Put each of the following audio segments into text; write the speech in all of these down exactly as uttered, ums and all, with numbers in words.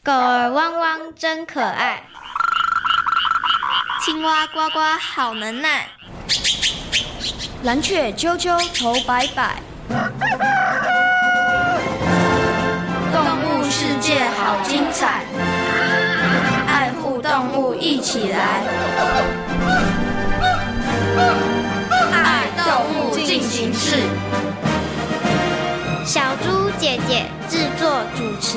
狗儿汪汪真可爱， 青蛙呱呱好能耐， 蓝雀啾啾头摆摆， 动物世界好精彩，爱护动物一起来，爱动物进行式。 小猪姐姐制作主持。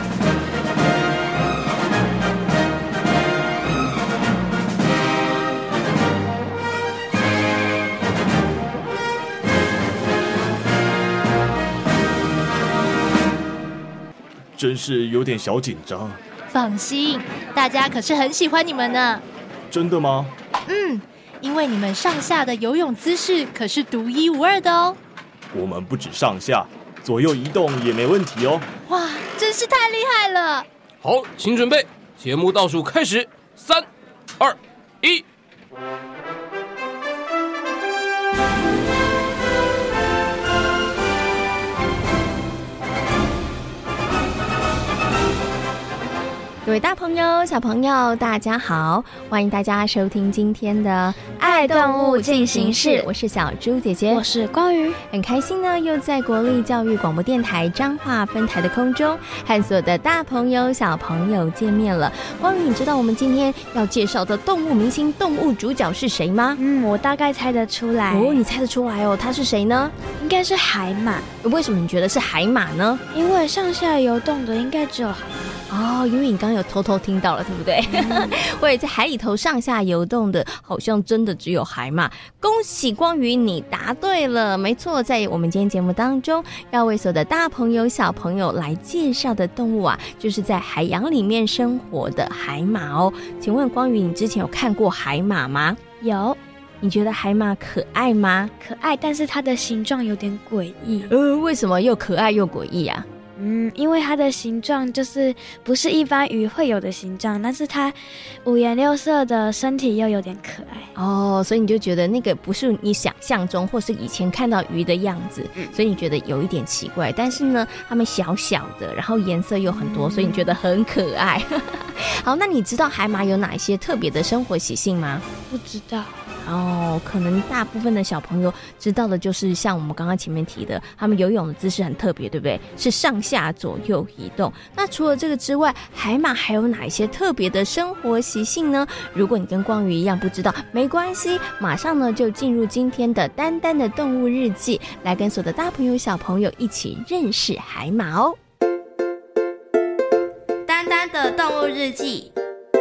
真是有点小紧张。 放心，大家可是很喜欢你们呢。 真的吗？ 嗯，因为你们上下的游泳姿势可是独一无二的哦。 我们不止上下，左右移动也没问题哦。 哇，真是太厉害了！ 好，请准备，节目倒数开始，三、二、一。 各位大朋友小朋友大家好，欢迎大家收听今天的爱动物进行式，我是小猪姐姐， 我是光宇， 很开心呢又在国立教育广播电台彰化分台的空中和所有的大朋友小朋友见面了。光宇，你知道我们今天要介绍的动物明星动物主角是谁吗？ 嗯，我大概猜得出来。 哦，你猜得出来哦，他是谁呢？ 应该是海马。 为什么你觉得是海马呢？ 因为上下游动的应该只有海马。 哦，因为你刚刚有偷偷听到了，对不对？嗯、我也在海里头上下游动的，好像真的只有海马。恭喜光宇，你答对了，没错，在我们今天节目当中，要为所有的大朋友小朋友来介绍的动物啊，就是在海洋里面生活的海马哦。请问光宇，你之前有看过海马吗？ 有。 你觉得海马可爱吗？ 可爱，但是它的形状有点诡异。 呃，为什么又可爱又诡异啊？ 嗯，因为它的形状就是不是一般鱼会有的形状，但是它五颜六色的身体又有点可爱哦，所以你就觉得那个不是你想象中或是以前看到鱼的样子，嗯、所以你觉得有一点奇怪。但是呢，它们小小的，然后颜色又很多，嗯、所以你觉得很可爱。好，那你知道海马有哪一些特别的生活习性吗？ 不知道。 哦，可能大部分的小朋友知道的就是像我们刚刚前面提的，他们游泳的姿势很特别，对不对？是上下左右移动。那除了这个之外，海马还有哪一些特别的生活习性呢？如果你跟光宇一样不知道，没关系，马上呢就进入今天的丹丹的动物日记，来跟所有的大朋友小朋友一起认识海马哦。 丹丹的动物日记。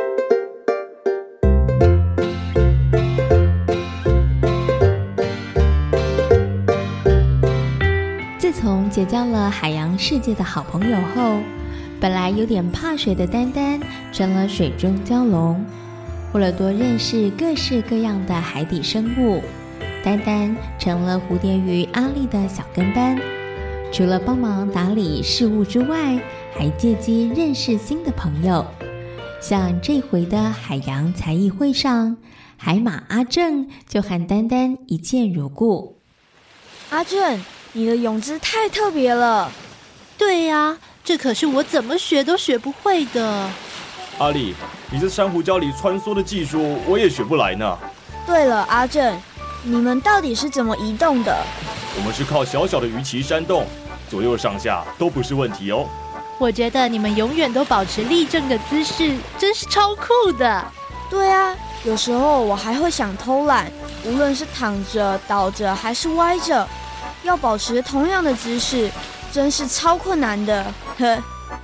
自从结交了海洋世界的好朋友后，本来有点怕水的丹丹成了水中蛟龙。为了多认识各式各样的海底生物，丹丹成了蝴蝶鱼阿丽的小跟班。除了帮忙打理事务之外，还借机认识新的朋友。像这回的海洋才艺会上，海马阿正就和丹丹一见如故。 阿正，你的泳姿太特别了。 对呀、啊，这可是我怎么学都学不会的。 阿丽，你在珊瑚礁里穿梭的技术我也学不来呢。 对了，阿正，你们到底是怎么移动的？ 我们是靠小小的鱼鳍扇动，左右上下都不是问题哦。 我觉得你们永远都保持立正的姿势，真是超酷的。 对啊，有时候我还会想偷懒，无论是躺着、倒着还是歪着，要保持同样的姿势，真是超困难的。呵。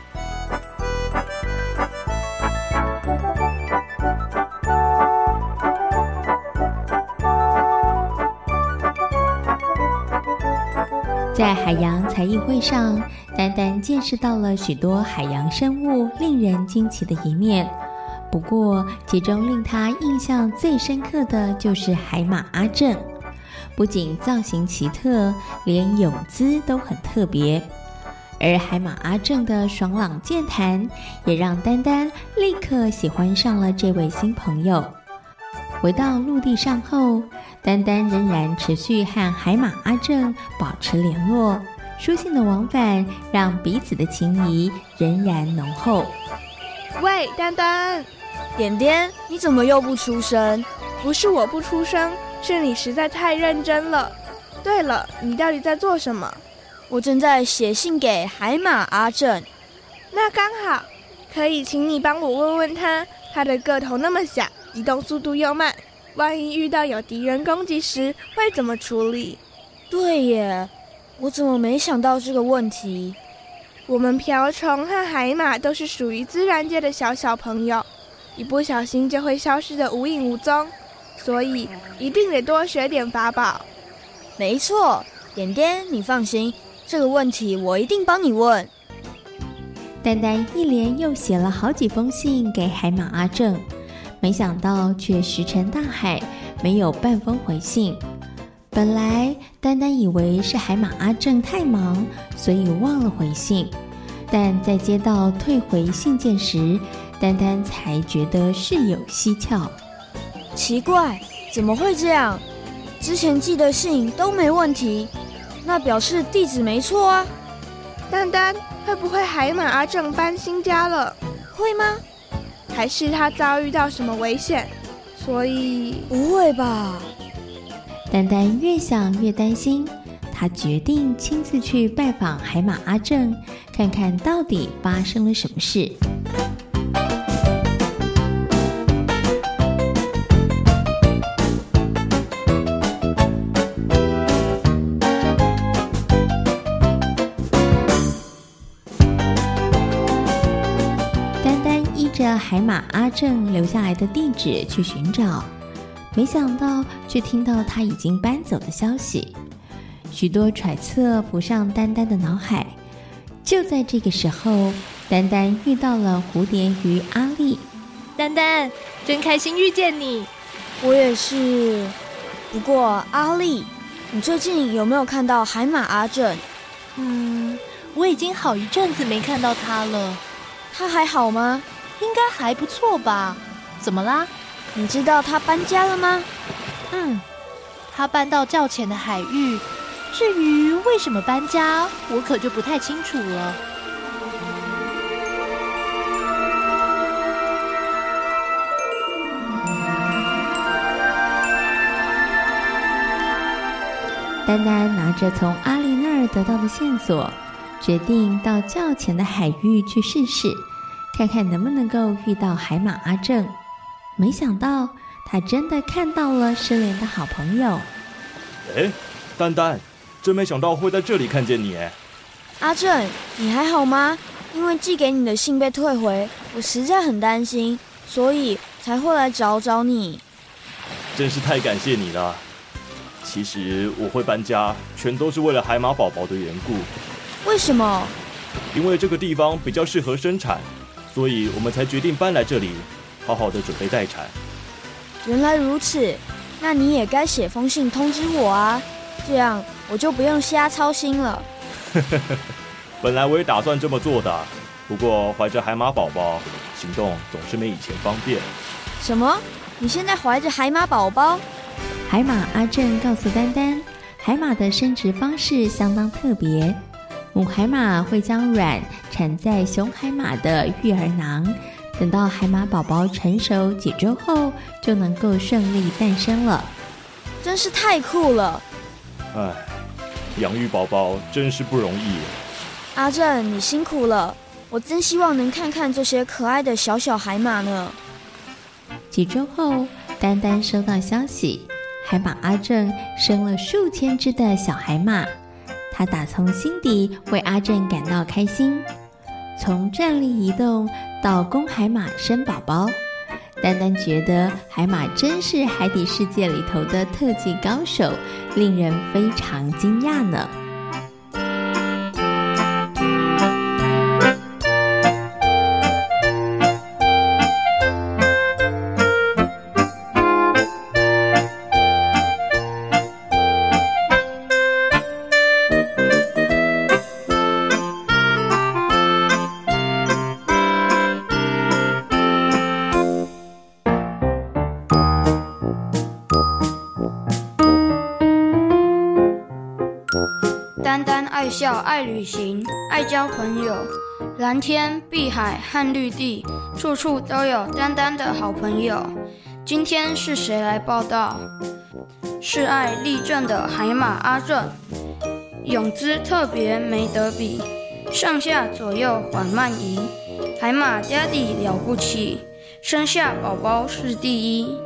在海洋才艺会上，丹丹见识到了许多海洋生物令人惊奇的一面。不过，其中令他印象最深刻的就是海马阿正，不仅造型奇特，连泳姿都很特别。而海马阿正的爽朗健谈，也让丹丹立刻喜欢上了这位新朋友。回到陆地上后，丹丹仍然持续和海马阿正保持联络， 书信的往返让彼此的情谊仍然浓厚。 喂，丹丹， 点点，你怎么又不出声？ 不是我不出声，是你实在太认真了。对了，你到底在做什么？ 我正在写信给海马阿正。 那刚好，可以请你帮我问问他，他的个头那么小，移动速度又慢，万一遇到有敌人攻击时会怎么处理？ 对耶，我怎么没想到这个问题？ 我们瓢虫和海马都是属于自然界的小小朋友，一不小心就会消失得无影无踪，所以一定得多学点法宝。 没错，点点，你放心，这个问题我一定帮你问。 丹丹一连又写了好几封信给海马阿正，没想到却石沉大海，没有半封回信。本来丹丹以为是海马阿正太忙，所以忘了回信，但在接到退回信件时，丹丹才觉得事有蹊跷。 奇怪，怎么会这样？之前寄的信都没问题，那表示地址没错啊。 丹丹，会不会海马阿正搬新家了？ 会吗？ 还是他遭遇到什么危险，所以…… 不会吧？ 丹丹越想越担心，她决定亲自去拜访海马阿正，看看到底发生了什么事。丹丹依着海马阿正留下来的地址去寻找，没想到却听到他已经搬走的消息，许多揣测浮上丹丹的脑海。就在这个时候，丹丹遇到了蝴蝶鱼阿丽。 丹丹，真开心遇见你。 我也是。不过阿丽，你最近有没有看到海马阿正？ 嗯，我已经好一阵子没看到他了。 他还好吗？ 应该还不错吧。怎么啦？ 你知道他搬家了吗？ 嗯，他搬到较浅的海域。至于为什么搬家，我可就不太清楚了。 丹丹拿着从阿丽那儿得到的线索，决定到较浅的海域去试试，看看能不能够遇到海马阿正。没想到他真的看到了失联的好朋友。 哎，丹丹，真没想到会在这里看见你哎。 阿正，你还好吗？因为寄给你的信被退回，我实在很担心，所以才会来找找你。 真是太感谢你了。其实我会搬家，全都是为了海马宝宝的缘故。 为什么？ 因为这个地方比较适合生产，所以我们才决定搬来这里，好好的准备待产。 原来如此，那你也该写封信通知我啊，这样我就不用瞎操心了。 本来我也打算这么做的，不过怀着海马宝宝，行动总是没以前方便。 什么？你现在怀着海马宝宝？ 海马阿正告诉丹丹，海马的生殖方式相当特别，母海马会将卵产在雄海马的育儿囊，等到海马宝宝成熟几周后，就能够顺利诞生了。 真是太酷了！ 唉，养育宝宝真是不容易。 阿正，你辛苦了，我真希望能看看这些可爱的小小海马呢。 几周后，丹丹收到消息，海马阿正生了数千只的小海马，他打从心底为阿正感到开心。从站立移动到公海马生宝宝，丹丹觉得海马真是海底世界里头的特技高手，令人非常惊讶呢。 爱笑、爱旅行、爱交朋友。蓝天、碧海和绿地，处处都有丹丹的好朋友。今天是谁来报道？是爱立正的海马阿正，泳姿特别没得比，上下左右缓慢移。海马爹地了不起，生下宝宝是第一。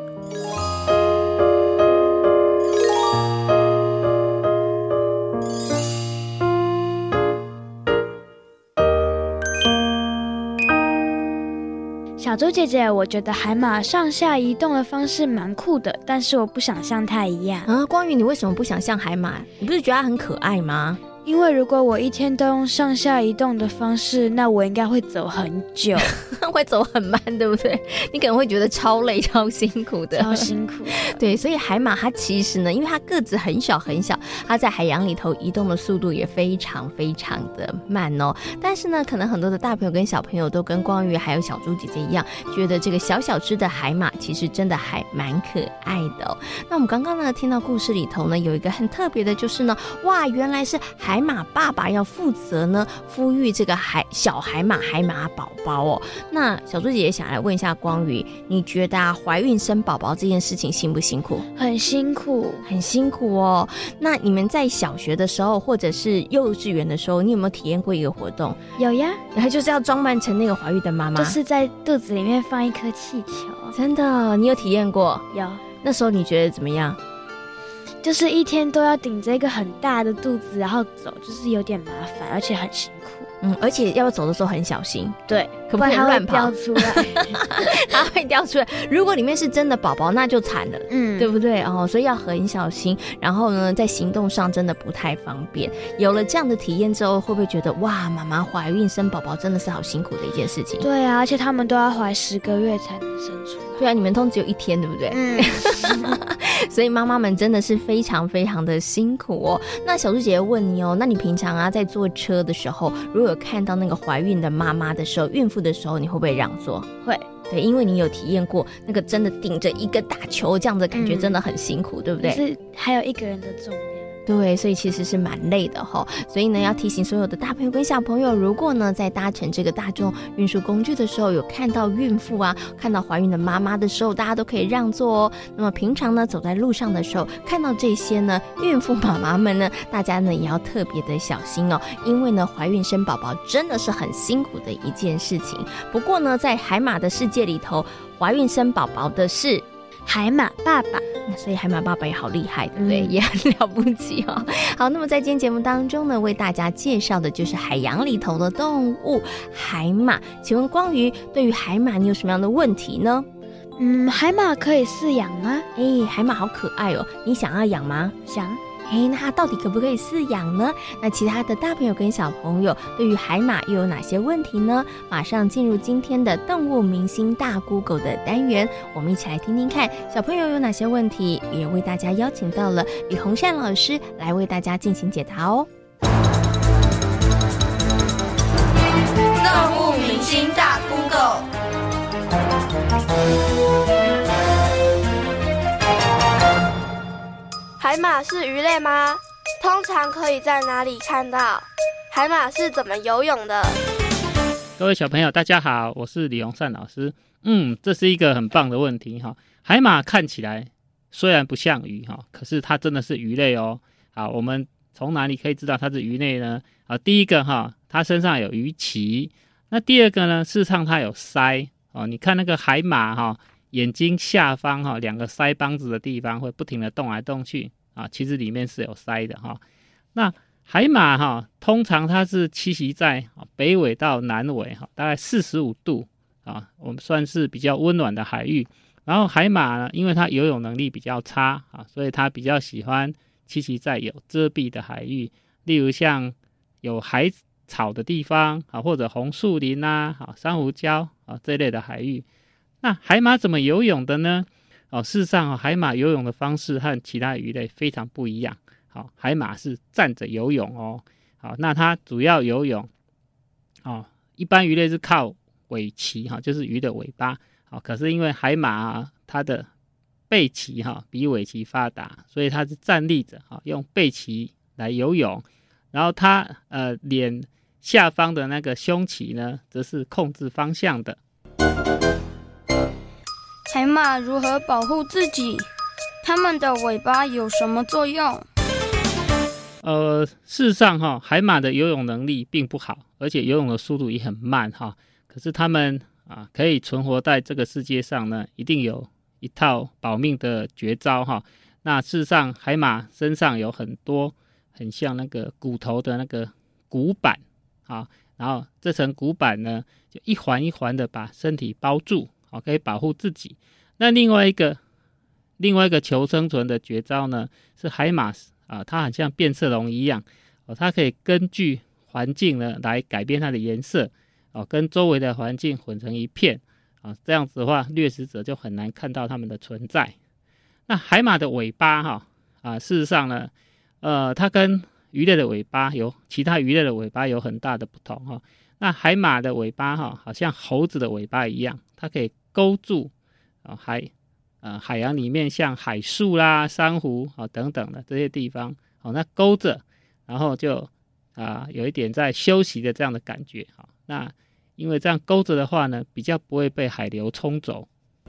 小猪姐姐，我觉得海马上下移动的方式蛮酷的，但是我不想像它一样。 啊，光宇，你为什么不想像海马？你不是觉得它很可爱吗？ 因为如果我一天都用上下移动的方式，那我应该会走很久， 会走很慢，对不对？你可能会觉得超累、超辛苦的， 超辛苦的。 对，所以海马它其实呢，因为它个子很小很小，它在海洋里头移动的速度也非常非常的慢哦。但是呢，可能很多的大朋友跟小朋友都跟光宇还有小猪姐姐一样，觉得这个小小只的海马其实真的还蛮可爱的哦。那我们刚刚呢听到故事里头呢，有一个很特别的，就是呢，哇，原来是海马爸爸要负责呢孵育这个海小海马海马宝宝哦。那小猪姐姐想来问一下光宇，你觉得啊怀孕生宝宝这件事情辛不辛苦？ 很辛苦， 很辛苦哦。那你们在小学的时候或者是幼稚园的时候，你有没有体验过一个活动？ 有呀， 然后就是要装扮成那个怀孕的妈妈， 就是在肚子里面放一颗气球。 真的，你有体验过？ 有。 那时候你觉得怎么样？ 就是一天都要顶着一个很大的肚子然后走，就是有点麻烦，而且很辛苦。 嗯，而且要走的时候很小心， 对， 可不可以乱跑？ 掉出来， 它会掉出来。如果里面是真的宝宝，那就惨了， 嗯， 对不对？哦，所以要很小心。然后呢，在行动上真的不太方便。有了这样的体验之后，会不会觉得哇，妈妈怀孕生宝宝真的是好辛苦的一件事情？ 对啊，而且他们都要怀十个月才能生出来。 对啊，你们通只有一天，对不对？ 嗯， 所以妈妈们真的是非常非常的辛苦哦。那小猪姐姐问你哦，那你平常啊在坐车的时候，如果有看到那个怀孕的妈妈的时候，孕妇的时候，你会不会让座？ 会。 对，因为你有体验过那个真的顶着一个大球这样的感觉，真的很辛苦，嗯、对不对？ 是还有一个人的重量。 对，所以其实是蛮累的齁。所以呢，要提醒所有的大朋友跟小朋友，如果呢在搭乘这个大众运输工具的时候，有看到孕妇啊，看到怀孕的妈妈的时候，大家都可以让座哦。那么平常呢，走在路上的时候，看到这些呢孕妇妈妈们呢，大家呢也要特别的小心哦，因为呢怀孕生宝宝真的是很辛苦的一件事情。不过呢，在海马的世界里头，怀孕生宝宝的是海马爸爸， 所以海马爸爸也好厉害，对不对？嗯、也很了不起哦。好，那么在今天节目当中呢，为大家介绍的就是海洋里头的动物海马。请问光宇，对于海马你有什么样的问题呢？ 嗯，海马可以饲养吗？ 哎，海马好可爱哦，你想要养吗？ 想。 哎，那它到底可不可以饲养呢？那其他的大朋友跟小朋友对于海马又有哪些问题呢？马上进入今天的动物明星大 Google 的单元，我们一起来听听看小朋友有哪些问题，也为大家邀请到了李洪善老师来为大家进行解答哦。 动物明星大 Google。 海马是鱼类吗？通常可以在哪里看到？海马是怎么游泳的？ 各位小朋友大家好，我是李洪善老师。嗯，这是一个很棒的问题哈。海马看起来虽然不像鱼哈，可是它真的是鱼类哦。好，我们从哪里可以知道它是鱼类呢？啊，第一个哈，它身上有鱼鳍。那第二个呢，事实上它有鳃哦。你看那个海马哈，眼睛下方哈两个腮帮子的地方会不停的动来动去啊，其实里面是有鳃的哈。那海马哈，通常它是栖息在北纬到南纬哈，大概四十五度啊，我们算是比较温暖的海域。然后海马呢，因为它游泳能力比较差啊，所以它比较喜欢栖息在有遮蔽的海域，例如像有海草的地方啊，或者红树林啊、啊珊瑚礁啊这类的海域。那海马怎么游泳的呢？哦，事实上、哦、海马游泳的方式和其他鱼类非常不一样。好，海马是站着游泳哦。好，那它主要游泳，哦，一般鱼类是靠尾鳍哈，就是鱼的尾巴。好，可是因为海马、啊、它的背鳍哈比尾鳍发达，所以它是站立着哈，用背鳍来游泳。 然后它呃脸下方的那个胸鳍呢，则是控制方向的。 海马如何保护自己？它们的尾巴有什么作用？ 呃，事实上哈，海马的游泳能力并不好，而且游泳的速度也很慢哈。可是它们啊，可以存活在这个世界上呢，一定有一套保命的绝招哈。那事实上，海马身上有很多很像那个骨头的那个骨板啊，然后这层骨板呢，就一环一环的把身体包住，好，可以保护自己。那另外一个另外一个求生存的绝招呢，是海马啊，它很像变色龙一样，哦，它可以根据环境呢来改变它的颜色，哦，跟周围的环境混成一片，啊，这样子的话，掠食者就很难看到它们的存在。那海马的尾巴哈啊，事实上呢，呃，它跟鱼类的尾巴有其他鱼类的尾巴有很大的不同哈。那海马的尾巴哈，好像猴子的尾巴一样，它可以勾住啊海呃海洋里面像海树啦、珊瑚啊等等的这些地方，好，那勾着，然后就啊有一点在休息的这样的感觉哈。那因为这样勾着的话呢，比较不会被海流冲走。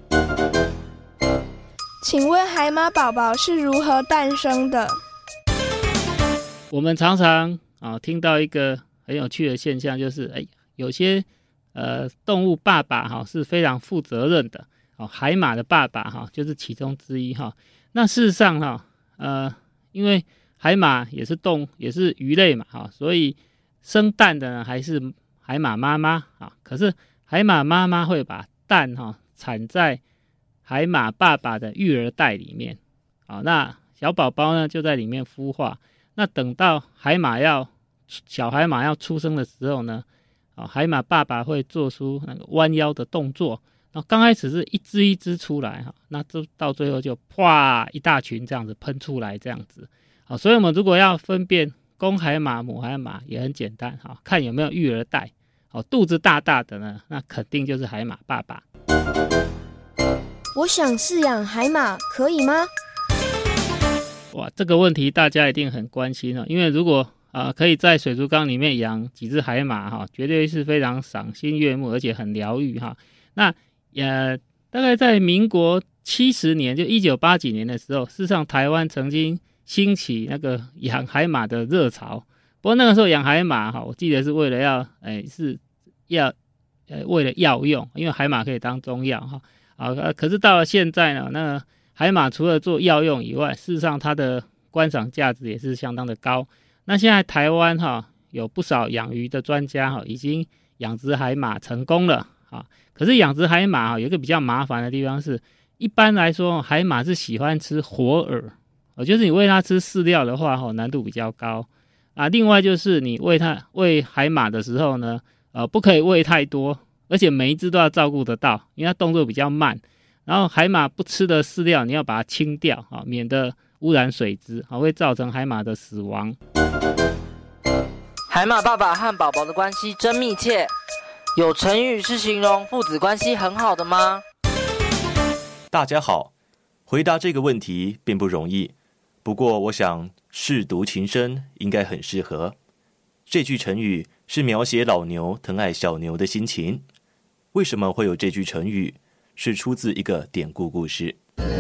请问海马宝宝是如何诞生的？ 我们常常啊听到一个很有趣的现象，就是哎，有些呃动物爸爸哈是非常负责任的哦，海马的爸爸哈就是其中之一哈。那事实上哈呃，因为海马也是动也是鱼类嘛哈，所以生蛋的呢还是海马妈妈啊。可是海马妈妈会把蛋哈产在海马爸爸的育儿袋里面，好，那小宝宝呢就在里面孵化。那等到海马要小海马要出生的时候呢，啊，海马爸爸会做出那个弯腰的动作。那刚开始是一只一只出来哈，那就到最后就啪一大群这样子喷出来这样子。好，所以我们如果要分辨公海马、母海马也很简单哈，看有没有育儿袋。好，肚子大大的呢，那肯定就是海马爸爸。 我想饲养海马，可以吗？ 哇，这个问题大家一定很关心哦，因为如果啊、呃、可以在水族缸里面养几只海马哈，绝对是非常赏心悦目，而且很疗愈哈。那呃，大概在民国七十年，就一九八几年的时候，事实上台湾曾经兴起那个养海马的热潮。不过那个时候养海马哈，我记得是为了要哎是要呃为了药用，因为海马可以当中药哈。啊，可是到了现在呢，那海马除了做药用以外，事实上它的观赏价值也是相当的高。那现在台湾哈有不少养鱼的专家哈，已经养殖海马成功了啊。可是养殖海马哈有一个比较麻烦的地方是，一般来说海马是喜欢吃活饵，哦，就是你喂它吃饲料的话哈，难度比较高啊。另外就是你喂它喂海马的时候呢，呃，不可以喂太多。而且每一只都要照顾得到，因为它动作比较慢。然后海马不吃的饲料，你要把它清掉啊，免得污染水质啊，会造成海马的死亡。 海马爸爸和宝宝的关系真密切，有成语是形容父子关系很好的吗？ 大家好，回答这个问题并不容易，不过我想舐犊情深应该很适合。这句成语是描写老牛疼爱小牛的心情。为什么会有这句成语？是出自一个典故故事。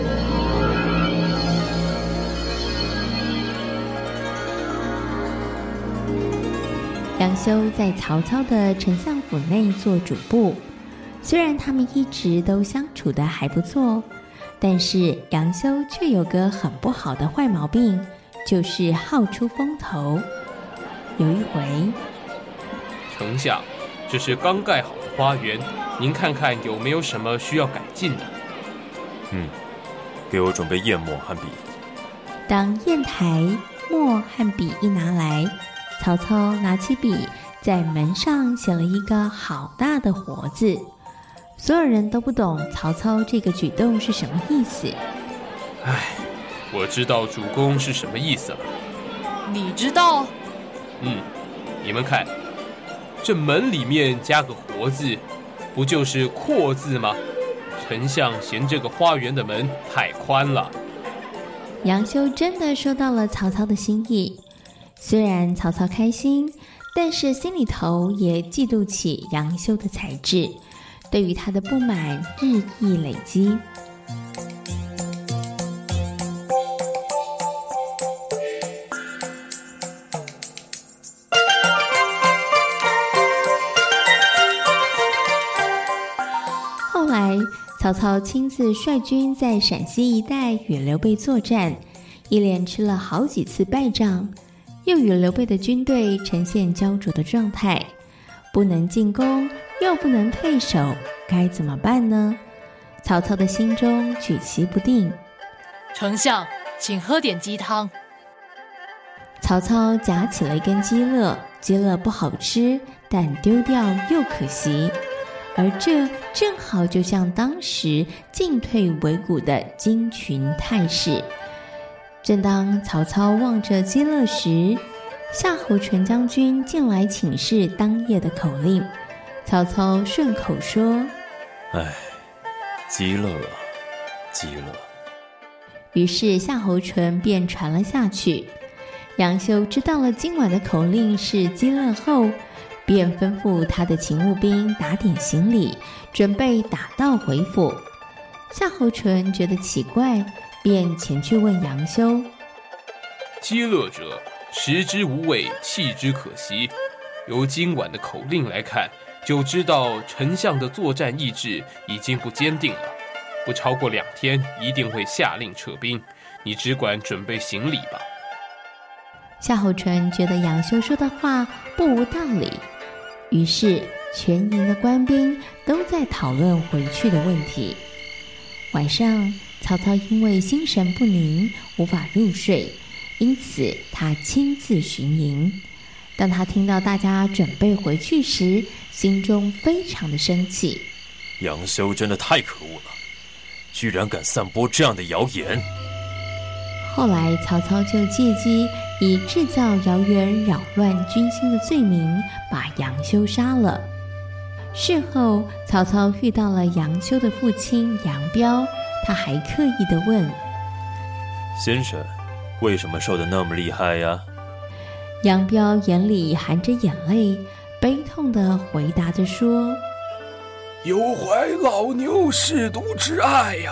杨修在曹操的丞相府内做主簿，虽然他们一直都相处得还不错，但是杨修却有个很不好的坏毛病，就是好出风头。有一回， 丞相，这是刚盖好的花园，您看看有没有什么需要改进的？ 嗯，给我准备砚墨和笔。 当砚台、墨和笔一拿来，曹操拿起笔在门上写了一个好大的活字。所有人都不懂曹操这个举动是什么意思。 唉，我知道主公是什么意思了。 你知道？ 嗯，你们看，这门里面加个活字，不就是阔字吗？丞相嫌这个花园的门太宽了。 杨修真的收到了曹操的心意， 虽然曹操开心，但是心里头也嫉妒起杨修的才智，对于他的不满日益累积。后来曹操亲自率军在陕西一带与刘备作战，一连吃了好几次败仗，又与刘备的军队呈现焦灼的状态，不能进攻又不能退守，该怎么办呢？曹操的心中举棋不定。 丞相，请喝点鸡汤。 曹操夹起了一根鸡肋，鸡肋不好吃，但丢掉又可惜，而这正好就像当时进退维谷的金群态势。正当曹操望着鸡肋时，夏侯淳将军进来请示当夜的口令。曹操顺口说： 哎，鸡肋啊，鸡肋。 于是夏侯淳便传了下去。杨修知道了今晚的口令是鸡肋后，便吩咐他的勤务兵打点行李，准备打道回府。夏侯淳觉得奇怪，便前去问杨修： 饥乐者，食之无味，弃之可惜。由今晚的口令来看，就知道丞相的作战意志已经不坚定了，不超过两天一定会下令撤兵，你只管准备行李吧。 夏侯淳觉得杨修说的话不无道理，于是全营的官兵都在讨论回去的问题。晚上，曹操因为心神不宁，无法入睡，因此他亲自巡营。当他听到大家准备回去时，心中非常的生气。 杨修真的太可恶了，居然敢散播这样的谣言。 后来曹操就借机以制造谣言扰乱军心的罪名，把杨修杀了。事后曹操遇到了杨修的父亲杨彪，他还刻意地问： 先生，为什么受得那么厉害呀？ 杨彪眼里含着眼泪，悲痛地回答着说： 有怀老牛舐犊之爱呀！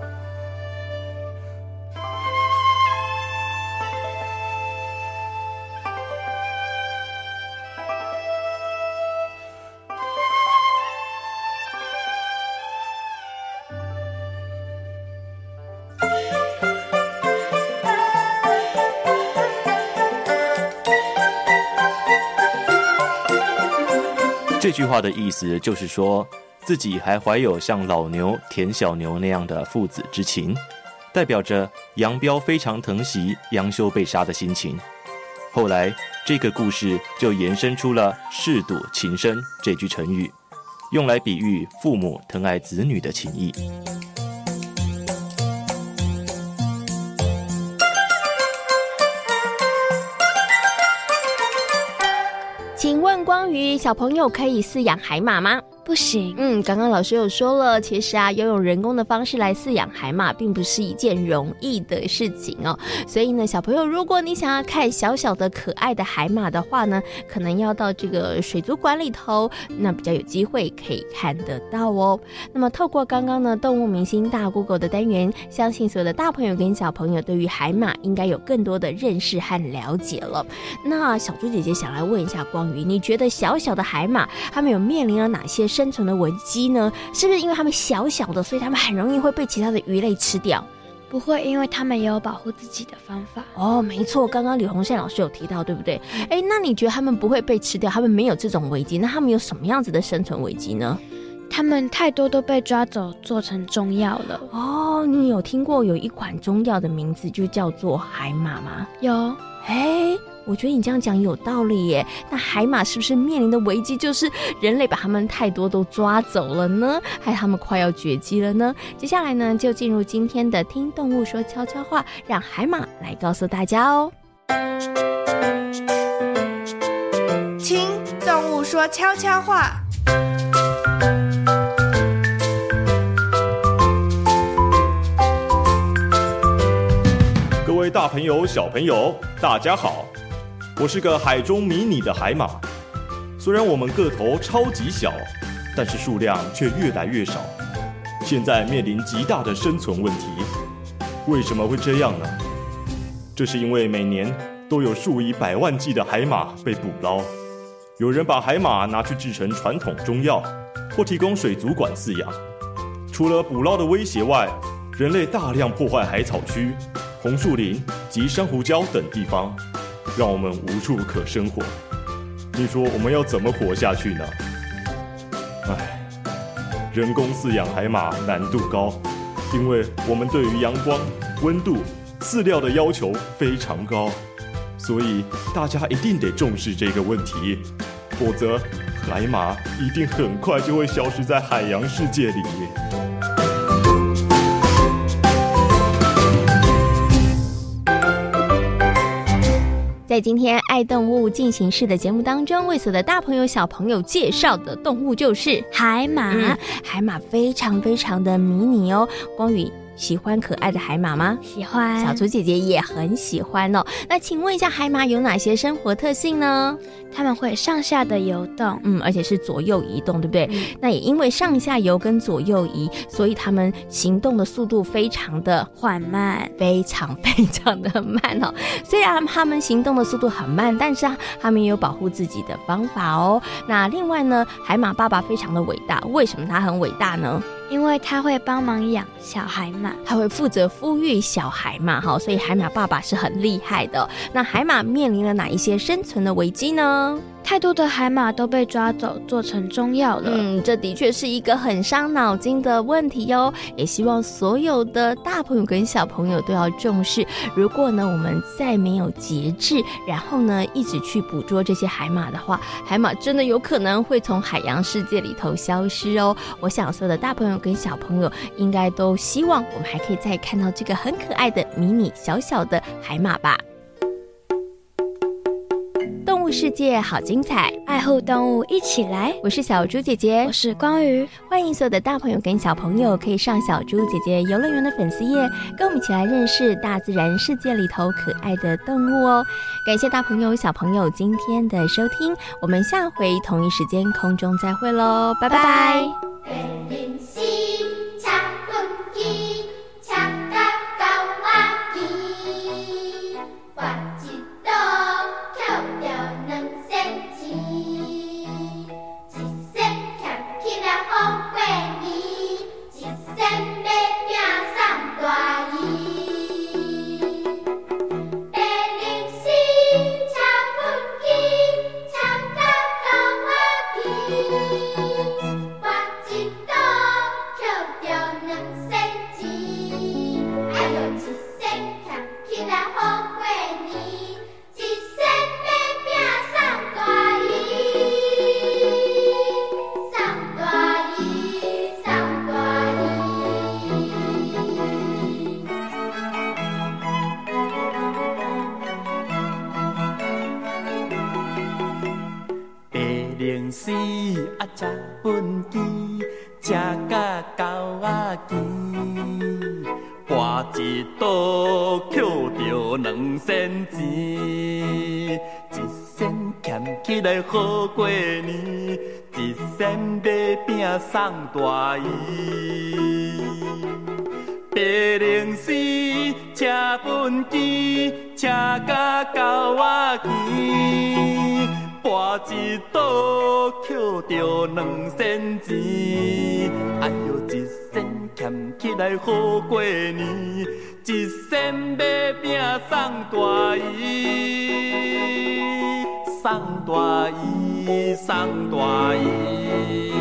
这句话的意思就是说，自己还怀有像老牛舔小牛那样的父子之情，代表着杨彪非常疼惜杨修被杀的心情。后来这个故事就延伸出了舐犊情深这句成语，用来比喻父母疼爱子女的情谊。 请问光宇，小朋友可以饲养海马吗？ 不行。 嗯，刚刚老师有说了，其实啊，要用人工的方式来饲养海马，并不是一件容易的事情哦。所以呢，小朋友，如果你想要看小小的可爱的海马的话呢，可能要到这个水族馆里头，那比较有机会可以看得到哦。那么透过刚刚呢动物明星大 Google 的单元，相信所有的大朋友跟小朋友对于海马应该有更多的认识和了解了。那小猪姐姐想来问一下光宇，你觉得小小的海马它们有面临了哪些生存的危机呢？是不是因为它们小小的，所以它们很容易会被其他的鱼类吃掉？ 不会，因为他们也有保护自己的方法。 哦，没错，刚刚李洪善老师有提到，对不对？哎，那你觉得他们不会被吃掉，他们没有这种危机，那他们有什么样子的生存危机呢？ 他们太多都被抓走做成中药了。 哦，你有听过有一款中药的名字就叫做海马吗？ 有。 哎，我觉得你这样讲有道理耶。那海马是不是面临的危机就是人类把它们太多都抓走了呢？害它们快要绝迹了呢？接下来呢，就进入今天的听动物说悄悄话，让海马来告诉大家哦。 听动物说悄悄话。 各位大朋友、小朋友，大家好！ 我是个海中迷你的海马，虽然我们个头超级小，但是数量却越来越少，现在面临极大的生存问题。为什么会这样呢？这是因为每年都有数以百万计的海马被捕捞，有人把海马拿去制成传统中药，或提供水族馆饲养。除了捕捞的威胁外，人类大量破坏海草区、红树林及珊瑚礁等地方，让我们无处可生活。你说我们要怎么活下去呢？唉，人工饲养海马难度高，因为我们对于阳光、温度、饲料的要求非常高，所以大家一定得重视这个问题，否则海马一定很快就会消失在海洋世界里。 在今天爱动物进行式的节目当中，为所有的大朋友小朋友介绍的动物就是海马、 嗯、海马非常非常的迷你哦。光宇喜欢可爱的海马吗？ 喜欢。 小猪姐姐也很喜欢哦。那请问一下，海马有哪些生活特性呢？ 它们会上下的游动， 嗯，而且是左右移动，对不对？嗯、那也因为上下游跟左右移，所以它们行动的速度非常的缓慢， 非常非常的慢哦。虽然它们行动的速度很慢，但是它们也有保护自己的方法哦。那另外呢，海马爸爸非常的伟大，为什么他很伟大呢？ 因为他会帮忙养小海马， 他会负责孵育小海马哈，所以海马爸爸是很厉害的。那海马面临了哪一些生存的危机呢？ 太多的海马都被抓走做成中药了， 嗯，这的确是一个很伤脑筋的问题哟。也希望所有的大朋友跟小朋友都要重视。如果呢我们再没有节制，然后呢一直去捕捉这些海马的话，海马真的有可能会从海洋世界里头消失哦。我想所有的大朋友跟小朋友应该都希望我们还可以再看到这个很可爱的迷你小小的海马吧。动物世界好精彩， 爱护动物一起来。 我是小猪姐姐， 我是光宇。 欢迎所有的大朋友跟小朋友可以上小猪姐姐游乐园的粉丝页，跟我们一起来认识大自然世界里头可爱的动物哦。感谢大朋友小朋友今天的收听，我们下回同一时间空中再会咯，拜拜拜。 送大姨，白龙丝车本机，车甲狗仔机，跋一倒捡着两仙钱。哎呦，一仙俭起来好过年，一仙买饼送大姨，送大姨，送大姨。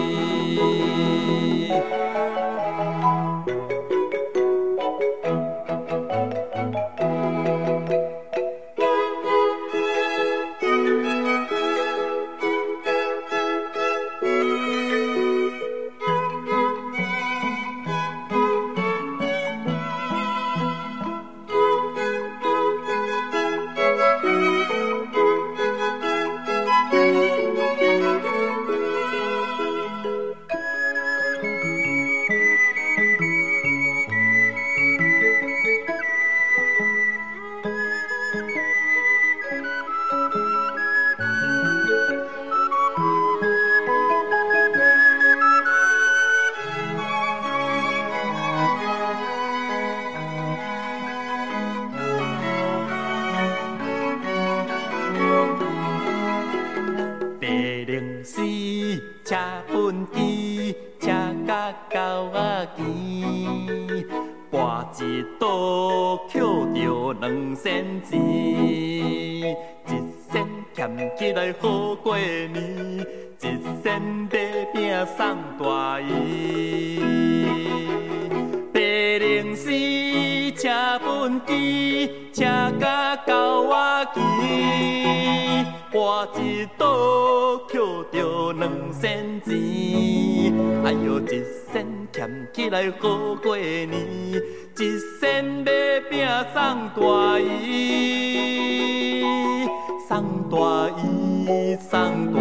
甲狗仔钱，跋一倒捡着两仙钱，一仙俭起来好过年，一仙买饼送大姨。白龙丝车本机，车甲狗仔骑，跋一倒捡着两仙钱，哎呦一仙俭起来好过年，一仙买饼送大姨，送大姨，送